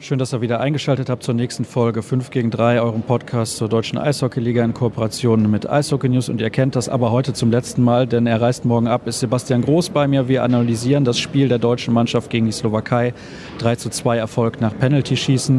Schön, dass ihr wieder eingeschaltet habt zur nächsten Folge 5 gegen 3, eurem Podcast zur Deutschen Eishockeyliga in Kooperation mit Eishockey News. Und ihr kennt das aber heute zum letzten Mal, denn er reist morgen ab, ist Sebastian Groß bei mir. Wir analysieren das Spiel der deutschen Mannschaft gegen die Slowakei. 3:2 Erfolg nach Penalty-Schießen.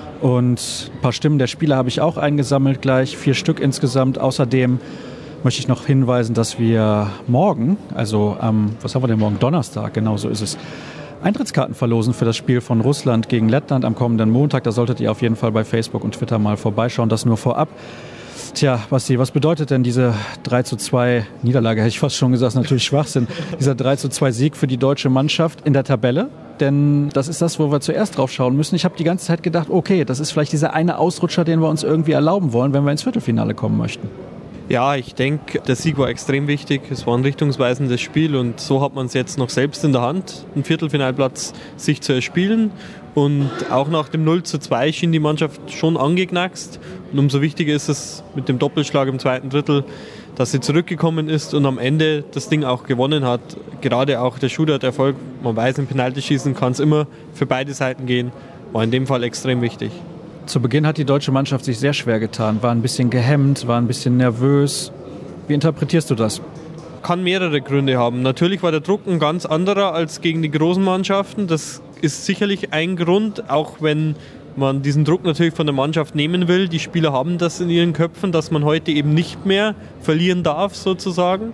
Und ein paar Stimmen der Spieler habe ich auch eingesammelt gleich, 4 Stück insgesamt. Außerdem möchte ich noch hinweisen, dass wir morgen, also was haben wir denn morgen? Donnerstag, genau so ist es, Eintrittskarten verlosen für das Spiel von Russland gegen Lettland am kommenden Montag. Da solltet ihr auf jeden Fall bei Facebook und Twitter mal vorbeischauen. Das nur vorab. Tja, Basti, was bedeutet denn diese 3:2 Niederlage, hätte ich fast schon gesagt, natürlich Schwachsinn, dieser 3:2 Sieg für die deutsche Mannschaft in der Tabelle? Denn das ist das, wo wir zuerst drauf schauen müssen. Ich habe die ganze Zeit gedacht, okay, das ist vielleicht dieser eine Ausrutscher, den wir uns irgendwie erlauben wollen, wenn wir ins Viertelfinale kommen möchten. Ja, ich denke, der Sieg war extrem wichtig. Es war ein richtungsweisendes Spiel und so hat man es jetzt noch selbst in der Hand, einen Viertelfinalplatz sich zu erspielen. Und auch nach dem 0:2 schien die Mannschaft schon angeknackst. Und umso wichtiger ist es mit dem Doppelschlag im zweiten Drittel, dass sie zurückgekommen ist und am Ende das Ding auch gewonnen hat. Gerade auch der Shootout-Erfolg, man weiß, im Penaltyschießen kann es immer für beide Seiten gehen, war in dem Fall extrem wichtig. Zu Beginn hat die deutsche Mannschaft sich sehr schwer getan, war ein bisschen gehemmt, war ein bisschen nervös. Wie interpretierst du das? Kann mehrere Gründe haben. Natürlich war der Druck ein ganz anderer als gegen die großen Mannschaften. Das ist sicherlich ein Grund, auch wenn man diesen Druck natürlich von der Mannschaft nehmen will. Die Spieler haben das in ihren Köpfen, dass man heute eben nicht mehr verlieren darf, sozusagen.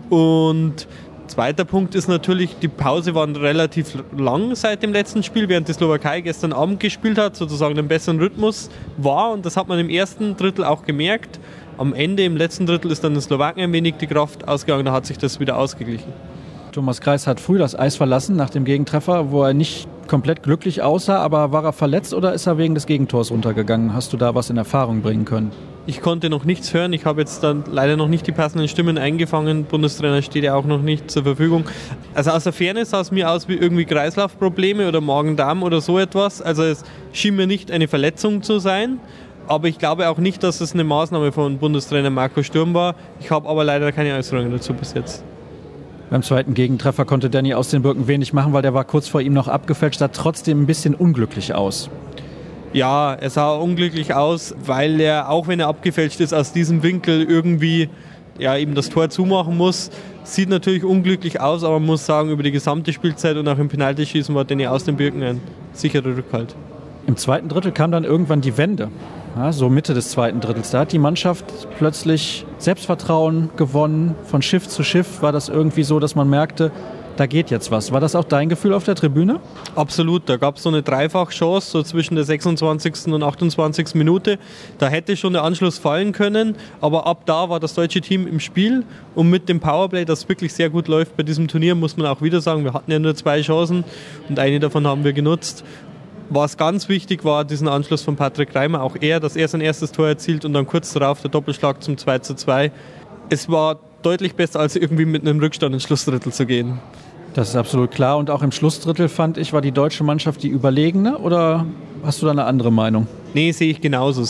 Und zweiter Punkt ist natürlich, die Pause war relativ lang seit dem letzten Spiel, während die Slowakei gestern Abend gespielt hat, sozusagen einen besseren Rhythmus war. Und das hat man im ersten Drittel auch gemerkt. Am Ende, im letzten Drittel, ist dann den Slowaken ein wenig die Kraft ausgegangen, da hat sich das wieder ausgeglichen. Thomas Greiss hat früh das Eis verlassen nach dem Gegentreffer, wo er nicht komplett glücklich aussah, aber war er verletzt oder ist er wegen des Gegentors runtergegangen? Hast du da was in Erfahrung bringen können? Ich konnte noch nichts hören, ich habe jetzt dann leider noch nicht die passenden Stimmen eingefangen, Bundestrainer steht ja auch noch nicht zur Verfügung. Also aus der Ferne sah es mir aus wie irgendwie Kreislaufprobleme oder Magen-Darm oder so etwas, also es schien mir nicht eine Verletzung zu sein. Aber ich glaube auch nicht, dass es eine Maßnahme von Bundestrainer Marco Sturm war. Ich habe aber leider keine Äußerungen dazu bis jetzt. Beim zweiten Gegentreffer konnte Danny aus den Birken wenig machen, weil der war kurz vor ihm noch abgefälscht, sah trotzdem ein bisschen unglücklich aus. Ja, er sah unglücklich aus, weil er, auch wenn er abgefälscht ist, aus diesem Winkel irgendwie eben das Tor zumachen muss. Sieht natürlich unglücklich aus, aber man muss sagen, über die gesamte Spielzeit und auch im Penaltyschießen war Danny aus den Birken ein sicherer Rückhalt. Im zweiten Drittel kam dann irgendwann die Wende, ja, so Mitte des zweiten Drittels. Da hat die Mannschaft plötzlich Selbstvertrauen gewonnen. Von Schiff zu Schiff war das irgendwie so, dass man merkte, da geht jetzt was. War das auch dein Gefühl auf der Tribüne? Absolut, da gab es so eine Dreifachchance, so zwischen der 26. und 28. Minute. Da hätte schon der Anschluss fallen können, aber ab da war das deutsche Team im Spiel und mit dem Powerplay, das wirklich sehr gut läuft bei diesem Turnier, muss man auch wieder sagen, wir hatten ja nur 2 Chancen und eine davon haben wir genutzt. Was ganz wichtig war, diesen Anschluss von Patrick Reimer, auch er, dass er sein erstes Tor erzielt und dann kurz darauf der Doppelschlag zum 2:2. Es war deutlich besser, als irgendwie mit einem Rückstand ins Schlussdrittel zu gehen. Das ist absolut klar. Und auch im Schlussdrittel, fand ich, war die deutsche Mannschaft die überlegene, oder hast du da eine andere Meinung? Nee, sehe ich genauso.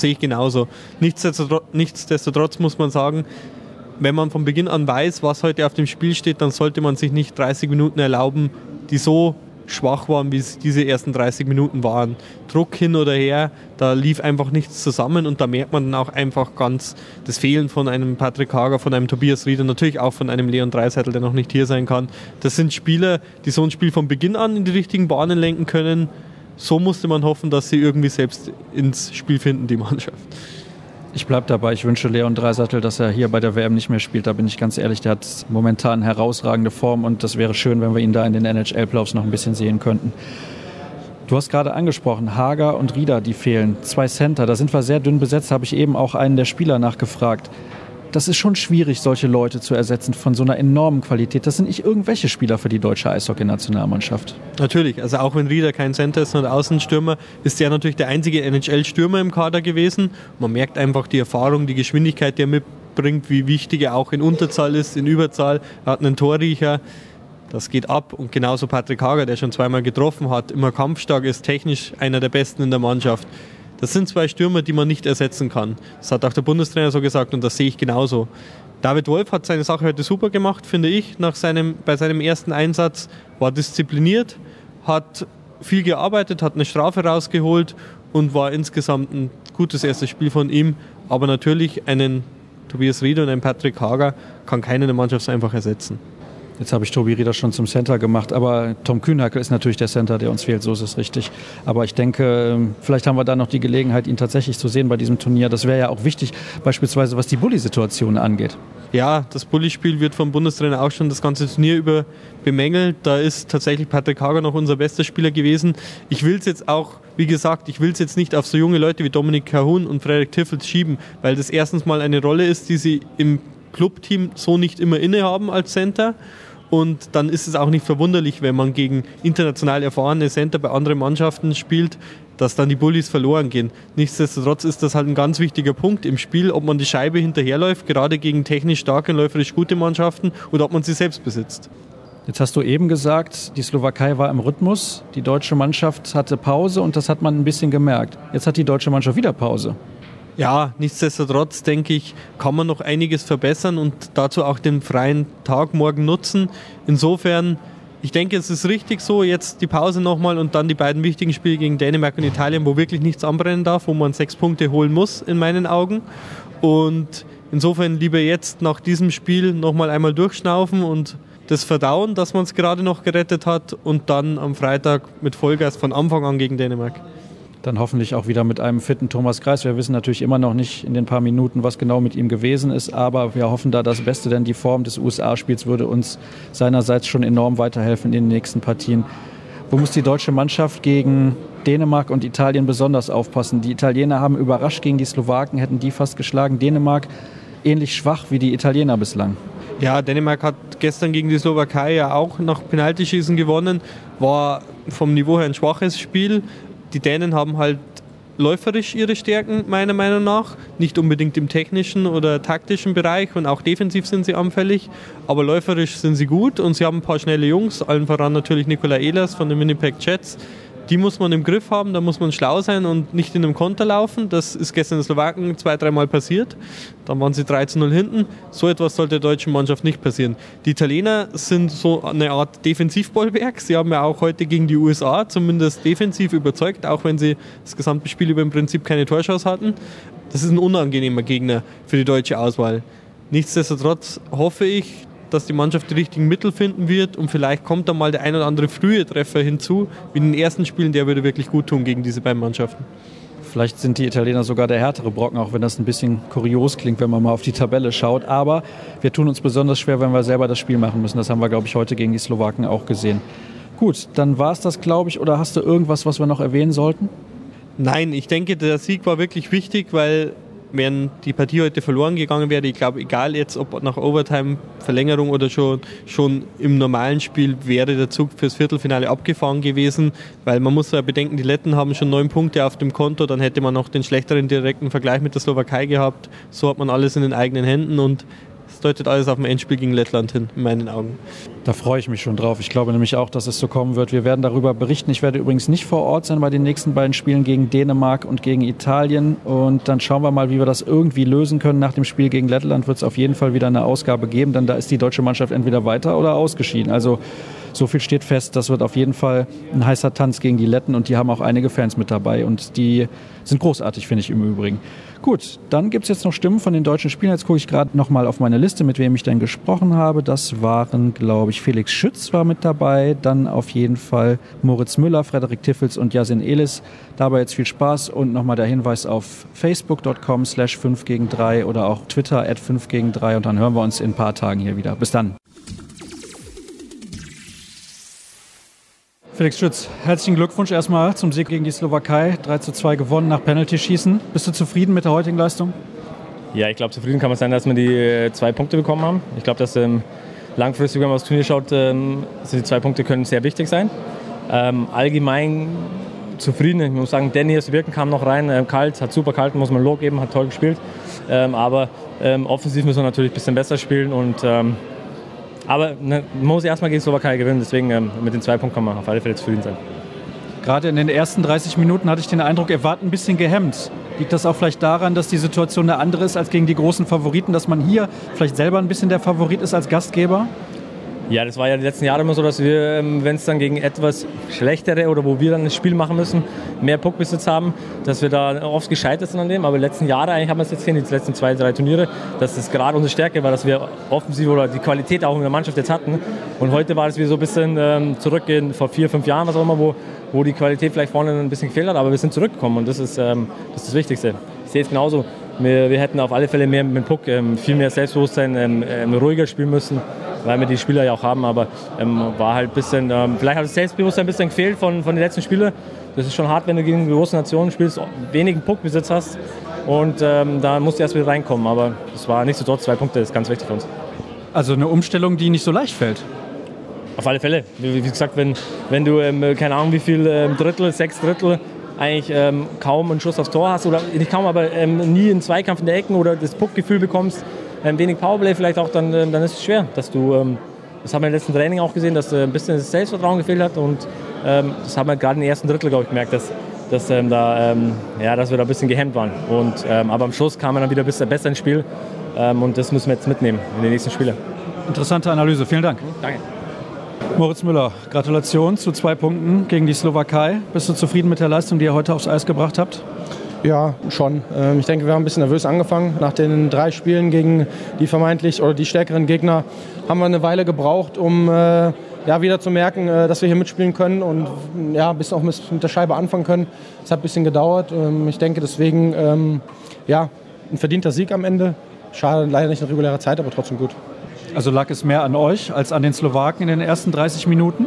Nichtsdestotrotz muss man sagen, wenn man von Beginn an weiß, was heute auf dem Spiel steht, dann sollte man sich nicht 30 Minuten erlauben, die so schwach waren, wie es diese ersten 30 Minuten waren. Druck hin oder her, da lief einfach nichts zusammen und da merkt man dann auch einfach ganz das Fehlen von einem Patrick Hager, von einem Tobias Rieder, natürlich auch von einem Leon Draisaitl, der noch nicht hier sein kann. Das sind Spieler, die so ein Spiel von Beginn an in die richtigen Bahnen lenken können. So musste man hoffen, dass sie irgendwie selbst ins Spiel finden, die Mannschaft. Ich bleibe dabei, ich wünsche Leon Draisaitl, dass er hier bei der WM nicht mehr spielt. Da bin ich ganz ehrlich, der hat momentan herausragende Form und das wäre schön, wenn wir ihn da in den NHL-Playoffs noch ein bisschen sehen könnten. Du hast gerade angesprochen, Hager und Rieder, die fehlen. 2 Center, da sind wir sehr dünn besetzt, habe ich eben auch einen der Spieler nachgefragt. Das ist schon schwierig, solche Leute zu ersetzen von so einer enormen Qualität. Das sind nicht irgendwelche Spieler für die deutsche Eishockey-Nationalmannschaft. Natürlich, also auch wenn Rieder kein Center ist, sondern Außenstürmer, ist er natürlich der einzige NHL-Stürmer im Kader gewesen. Man merkt einfach die Erfahrung, die Geschwindigkeit, die er mitbringt, wie wichtig er auch in Unterzahl ist, in Überzahl. Er hat einen Torriecher, das geht ab. Und genauso Patrick Hager, der schon 2-mal getroffen hat, immer kampfstark ist, technisch einer der Besten in der Mannschaft. Das sind 2 Stürmer, die man nicht ersetzen kann. Das hat auch der Bundestrainer so gesagt und das sehe ich genauso. David Wolf hat seine Sache heute super gemacht, finde ich, bei seinem ersten Einsatz. War diszipliniert, hat viel gearbeitet, hat eine Strafe rausgeholt und war insgesamt ein gutes erstes Spiel von ihm. Aber natürlich einen Tobias Rieder und einen Patrick Hager kann keine der Mannschaft so einfach ersetzen. Jetzt habe ich Tobi Rieder schon zum Center gemacht, aber Tom Kühnhackl ist natürlich der Center, der uns fehlt, so ist es richtig. Aber ich denke, vielleicht haben wir da noch die Gelegenheit, ihn tatsächlich zu sehen bei diesem Turnier. Das wäre ja auch wichtig, beispielsweise was die Bulli-Situation angeht. Ja, das Bulli-Spiel wird vom Bundestrainer auch schon das ganze Turnier über bemängelt. Da ist tatsächlich Patrick Hager noch unser bester Spieler gewesen. Ich will es jetzt auch, wie gesagt, nicht auf so junge Leute wie Dominik Kahun und Frederik Tiffels schieben, weil das erstens mal eine Rolle ist, die sie im Clubteam so nicht immer innehaben als Center. Und dann ist es auch nicht verwunderlich, wenn man gegen international erfahrene Center bei anderen Mannschaften spielt, dass dann die Bullies verloren gehen. Nichtsdestotrotz ist das halt ein ganz wichtiger Punkt im Spiel, ob man die Scheibe hinterherläuft, gerade gegen technisch starke und läuferisch gute Mannschaften, oder ob man sie selbst besitzt. Jetzt hast du eben gesagt, die Slowakei war im Rhythmus, die deutsche Mannschaft hatte Pause und das hat man ein bisschen gemerkt. Jetzt hat die deutsche Mannschaft wieder Pause. Ja, nichtsdestotrotz denke ich, kann man noch einiges verbessern und dazu auch den freien Tag morgen nutzen. Insofern, ich denke, es ist richtig so, jetzt die Pause nochmal und dann die beiden wichtigen Spiele gegen Dänemark und Italien, wo wirklich nichts anbrennen darf, wo man 6 Punkte holen muss, in meinen Augen. Und insofern lieber jetzt nach diesem Spiel nochmal einmal durchschnaufen und das verdauen, dass man es gerade noch gerettet hat und dann am Freitag mit Vollgas von Anfang an gegen Dänemark. Dann hoffentlich auch wieder mit einem fitten Thomas Greiss. Wir wissen natürlich immer noch nicht in den paar Minuten, was genau mit ihm gewesen ist, aber wir hoffen da das Beste, denn die Form des USA-Spiels würde uns seinerseits schon enorm weiterhelfen in den nächsten Partien. Wo muss die deutsche Mannschaft gegen Dänemark und Italien besonders aufpassen? Die Italiener haben überrascht gegen die Slowaken, hätten die fast geschlagen. Dänemark ähnlich schwach wie die Italiener bislang. Ja, Dänemark hat gestern gegen die Slowakei ja auch nach Penaltyschießen gewonnen. War vom Niveau her ein schwaches Spiel. Die Dänen haben halt läuferisch ihre Stärken, meiner Meinung nach. Nicht unbedingt im technischen oder taktischen Bereich und auch defensiv sind sie anfällig. Aber läuferisch sind sie gut und sie haben ein paar schnelle Jungs, allen voran natürlich Nikola Ehlers von den Winnipeg Jets. Die muss man im Griff haben, da muss man schlau sein und nicht in einem Konter laufen. Das ist gestern in den Slowaken 2-3 Mal passiert. Dann waren sie 3-0 hinten. So etwas sollte der deutschen Mannschaft nicht passieren. Die Italiener sind so eine Art Defensivbollwerk. Sie haben ja auch heute gegen die USA zumindest defensiv überzeugt, auch wenn sie das gesamte Spiel über im Prinzip keine Torchance hatten. Das ist ein unangenehmer Gegner für die deutsche Auswahl. Nichtsdestotrotz hoffe ich, dass die Mannschaft die richtigen Mittel finden wird und vielleicht kommt dann mal der ein oder andere frühe Treffer hinzu, wie in den ersten Spielen, der würde wirklich gut tun gegen diese beiden Mannschaften. Vielleicht sind die Italiener sogar der härtere Brocken, auch wenn das ein bisschen kurios klingt, wenn man mal auf die Tabelle schaut. Aber wir tun uns besonders schwer, wenn wir selber das Spiel machen müssen. Das haben wir, glaube ich, heute gegen die Slowaken auch gesehen. Gut, dann war es das, glaube ich. Oder hast du irgendwas, was wir noch erwähnen sollten? Nein, ich denke, der Sieg war wirklich wichtig, weil wenn die Partie heute verloren gegangen wäre, ich glaube, egal jetzt, ob nach Overtime, Verlängerung oder schon im normalen Spiel, wäre der Zug fürs Viertelfinale abgefahren gewesen, weil man muss ja bedenken, die Letten haben schon 9 Punkte auf dem Konto, dann hätte man noch den schlechteren direkten Vergleich mit der Slowakei gehabt, so hat man alles in den eigenen Händen und es deutet alles auf ein Endspiel gegen Lettland hin, in meinen Augen. Da freue ich mich schon drauf. Ich glaube nämlich auch, dass es so kommen wird. Wir werden darüber berichten. Ich werde übrigens nicht vor Ort sein bei den nächsten beiden Spielen gegen Dänemark und gegen Italien. Und dann schauen wir mal, wie wir das irgendwie lösen können. Nach dem Spiel gegen Lettland wird es auf jeden Fall wieder eine Ausgabe geben, denn da ist die deutsche Mannschaft entweder weiter oder ausgeschieden. Also so viel steht fest. Das wird auf jeden Fall ein heißer Tanz gegen die Letten und die haben auch einige Fans mit dabei. Und die sind großartig, finde ich im Übrigen. Gut, dann gibt es jetzt noch Stimmen von den deutschen Spielern. Jetzt gucke ich gerade noch mal auf meine Liste, mit wem ich denn gesprochen habe. Das waren, glaube ich, Felix Schütz war mit dabei, dann auf jeden Fall Moritz Müller, Frederik Tiffels und Yasin Elis. Dabei jetzt viel Spaß und nochmal der Hinweis auf facebook.com/5gegen3 oder auch Twitter @5gegen3 und dann hören wir uns in ein paar Tagen hier wieder. Bis dann. Felix Schütz, herzlichen Glückwunsch erstmal zum Sieg gegen die Slowakei. 3:2 gewonnen nach Penalty-Schießen. Bist du zufrieden mit der heutigen Leistung? Ja, ich glaube, zufrieden kann man sein, dass wir die 2 Punkte bekommen haben. Ich glaube, dass langfristig, wenn man aufs Turnier schaut, die 2 Punkte können sehr wichtig sein. Allgemein zufrieden. Ich muss sagen, Danny aus dem Wirken kam noch rein, kalt, hat super gehalten, muss man Lob geben, hat toll gespielt. Aber offensiv müssen wir natürlich ein bisschen besser spielen und aber man muss erstmal gegen Slowakei gewinnen, deswegen mit den 2 Punkten kann man auf alle Fälle zufrieden sein. Gerade in den ersten 30 Minuten hatte ich den Eindruck, ihr wart ein bisschen gehemmt. Liegt das auch vielleicht daran, dass die Situation eine andere ist als gegen die großen Favoriten, dass man hier vielleicht selber ein bisschen der Favorit ist als Gastgeber? Ja, das war ja die letzten Jahre immer so, dass wir, wenn es dann gegen etwas schlechtere oder wo wir dann das Spiel machen müssen, mehr Puckbesitz haben, dass wir da oft gescheitert sind an dem. Aber die letzten Jahre eigentlich haben wir es jetzt gesehen, die letzten 2, 3 Turniere, dass das gerade unsere Stärke war, dass wir offensiv oder die Qualität auch in der Mannschaft jetzt hatten. Und heute war es wieder so ein bisschen zurückgehen vor 4, 5 Jahren, was auch immer, wo die Qualität vielleicht vorne ein bisschen gefehlt hat. Aber wir sind zurückgekommen und das ist das Wichtigste. Ich sehe es genauso. Wir hätten auf alle Fälle mehr mit dem Puck, viel mehr Selbstbewusstsein, ruhiger spielen müssen, weil wir die Spieler ja auch haben, aber war halt ein bisschen, vielleicht hat das Selbstbewusstsein ein bisschen gefehlt von den letzten Spielen. Das ist schon hart, wenn du gegen große Nationen spielst, wenigen Puckbesitz hast und da musst du erst wieder reinkommen, aber es war nichtsdestotrotz 2 Punkte, das ist ganz wichtig für uns. Also eine Umstellung, die nicht so leicht fällt. Auf alle Fälle. Wie gesagt, wenn du, keine Ahnung wie viel Drittel, 6 Drittel eigentlich kaum einen Schuss aufs Tor hast oder nicht kaum, aber nie einen Zweikampf in der Ecken oder das Puckgefühl bekommst, wenig Powerplay vielleicht auch, dann ist es schwer, dass du, das haben wir im letzten Training auch gesehen, dass ein bisschen das Selbstvertrauen gefehlt hat und das haben wir gerade im ersten Drittel, glaube ich, gemerkt, dass wir da ein bisschen gehemmt waren. Und, aber am Schluss kam man dann wieder ein bisschen besser ins Spiel und das müssen wir jetzt mitnehmen in den nächsten Spielen. Interessante Analyse, vielen Dank. Danke. Moritz Müller, Gratulation zu 2 Punkten gegen die Slowakei. Bist du zufrieden mit der Leistung, die ihr heute aufs Eis gebracht habt? Ja, schon. Ich denke, wir haben ein bisschen nervös angefangen. Nach den 3 Spielen gegen die vermeintlich oder die stärkeren Gegner haben wir eine Weile gebraucht, um wieder zu merken, dass wir hier mitspielen können und ein bisschen auch mit der Scheibe anfangen können. Es hat ein bisschen gedauert. Ich denke deswegen, ein verdienter Sieg am Ende. Schade, leider nicht in regulärer Zeit, aber trotzdem gut. Also lag es mehr an euch als an den Slowaken in den ersten 30 Minuten?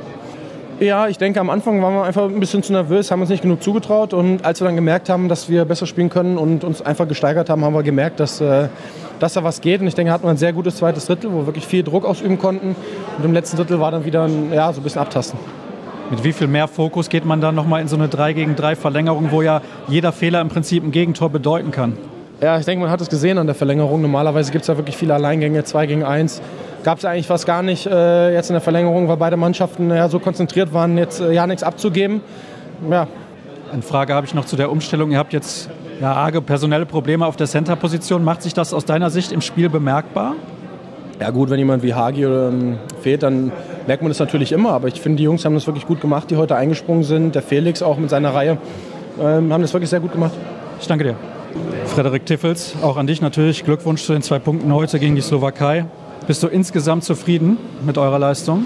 Ja, ich denke, am Anfang waren wir einfach ein bisschen zu nervös, haben uns nicht genug zugetraut. Und als wir dann gemerkt haben, dass wir besser spielen können und uns einfach gesteigert haben, haben wir gemerkt, dass da was geht. Und ich denke, hatten wir ein sehr gutes zweites Drittel, wo wir wirklich viel Druck ausüben konnten. Und im letzten Drittel war dann wieder so ein bisschen Abtasten. Mit wie viel mehr Fokus geht man dann nochmal in so eine 3-gegen-3 Verlängerung, wo ja jeder Fehler im Prinzip ein Gegentor bedeuten kann? Ja, ich denke, man hat es gesehen an der Verlängerung. Normalerweise gibt es ja wirklich viele Alleingänge, 2 gegen 1. Gab es eigentlich fast gar nicht jetzt in der Verlängerung, weil beide Mannschaften so konzentriert waren, jetzt nichts abzugeben. Ja. Eine Frage habe ich noch zu der Umstellung. Ihr habt jetzt arge personelle Probleme auf der Center-Position. Macht sich das aus deiner Sicht im Spiel bemerkbar? Ja gut, wenn jemand wie Hagi fehlt, dann merkt man das natürlich immer. Aber ich finde, die Jungs haben das wirklich gut gemacht, die heute eingesprungen sind. Der Felix auch mit seiner Reihe haben das wirklich sehr gut gemacht. Ich danke dir. Frederik Tiffels, auch an dich natürlich. Glückwunsch zu den 2 Punkten heute gegen die Slowakei. Bist du insgesamt zufrieden mit eurer Leistung?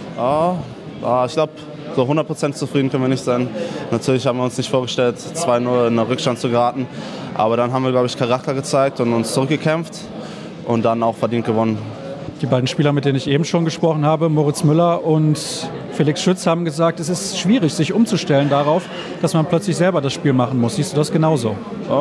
Ich glaube, so 100% zufrieden können wir nicht sein. Natürlich haben wir uns nicht vorgestellt, 2-0 in den Rückstand zu geraten. Aber dann haben wir, glaube ich, Charakter gezeigt und uns zurückgekämpft und dann auch verdient gewonnen. Die beiden Spieler, mit denen ich eben schon gesprochen habe, Moritz Müller und Felix Schütz, haben gesagt, es ist schwierig, sich umzustellen darauf, dass man plötzlich selber das Spiel machen muss. Siehst du das genauso?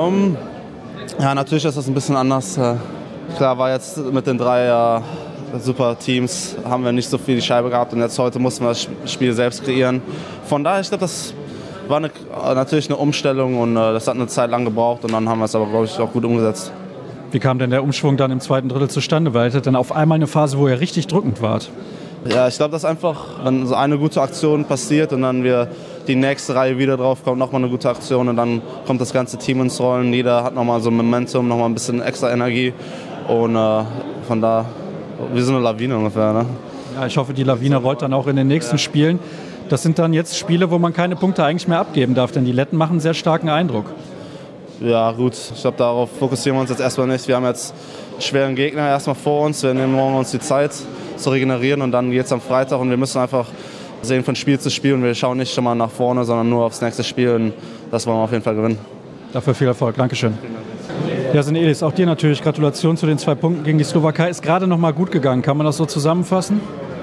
Ja, natürlich ist das ein bisschen anders. Klar, war jetzt mit den 3 super Teams, haben wir nicht so viel die Scheibe gehabt und jetzt heute mussten wir das Spiel selbst kreieren. Von daher, ich glaube, das war natürlich eine Umstellung und das hat eine Zeit lang gebraucht und dann haben wir es aber, glaube ich, auch gut umgesetzt. Wie kam denn der Umschwung dann im zweiten Drittel zustande? Weil ihr hattet dann auf einmal eine Phase, wo ihr richtig drückend wart. Ja, ich glaube, dass einfach, wenn so eine gute Aktion passiert und dann wir die nächste Reihe wieder drauf kommt, nochmal eine gute Aktion und dann kommt das ganze Team ins Rollen. Jeder hat nochmal so ein Momentum, nochmal ein bisschen extra Energie und von da, wie so eine Lawine ungefähr. Ne? Ja, ich hoffe, die Lawine rollt dann auch in den nächsten Spielen. Das sind dann jetzt Spiele, wo man keine Punkte eigentlich mehr abgeben darf, denn die Letten machen einen sehr starken Eindruck. Ja gut, ich glaube, darauf fokussieren wir uns jetzt erstmal nicht. Wir haben jetzt einen schweren Gegner erstmal vor uns. Wir nehmen morgen uns die Zeit zu regenerieren und dann geht es am Freitag und wir müssen einfach sehen von Spiel zu Spiel und wir schauen nicht schon mal nach vorne, sondern nur aufs nächste Spiel und das wollen wir auf jeden Fall gewinnen. Dafür viel Erfolg. Dankeschön. Yasin Elis, auch dir natürlich Gratulation zu den 2 Punkten gegen die Slowakei. Ist gerade noch mal gut gegangen. Kann man das so zusammenfassen?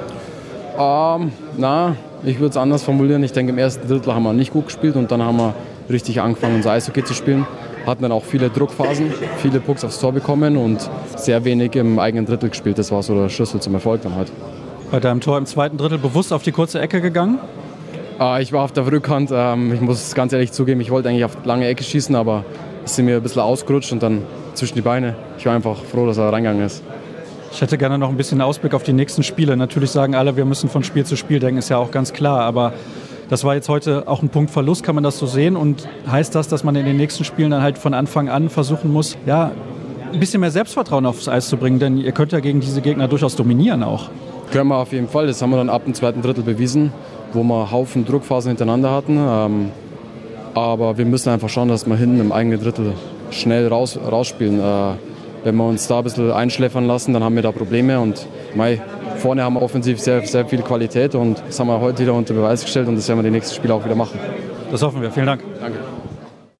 Ich würde es anders formulieren. Ich denke, im ersten Drittel haben wir nicht gut gespielt und dann haben wir richtig angefangen, unser Eishockey zu spielen. Hatten dann auch viele Druckphasen, viele Pucks aufs Tor bekommen und sehr wenig im eigenen Drittel gespielt. Das war so der Schlüssel zum Erfolg dann halt. Bei deinem Tor im zweiten Drittel bewusst auf die kurze Ecke gegangen? Ich war auf der Rückhand. Ich muss ganz ehrlich zugeben, ich wollte eigentlich auf die lange Ecke schießen, aber es ist mir ein bisschen ausgerutscht und dann zwischen die Beine. Ich war einfach froh, dass er reingegangen ist. Ich hätte gerne noch ein bisschen Ausblick auf die nächsten Spiele. Natürlich sagen alle, wir müssen von Spiel zu Spiel denken, ist ja auch ganz klar. Aber das war jetzt heute auch ein Punkt Verlust, kann man das so sehen? Und heißt das, dass man in den nächsten Spielen dann halt von Anfang an versuchen muss, ein bisschen mehr Selbstvertrauen aufs Eis zu bringen? Denn ihr könnt ja gegen diese Gegner durchaus dominieren auch. Können wir auf jeden Fall. Das haben wir dann ab dem zweiten Drittel bewiesen, wo wir Haufen Druckphasen hintereinander hatten. Aber wir müssen einfach schauen, dass wir hinten im eigenen Drittel schnell rausspielen. Wenn wir uns da ein bisschen einschläfern lassen, dann haben wir da Probleme. Und vorne haben wir offensiv sehr, sehr viel Qualität und das haben wir heute wieder unter Beweis gestellt und das werden wir die nächsten Spiele auch wieder machen. Das hoffen wir. Vielen Dank. Danke.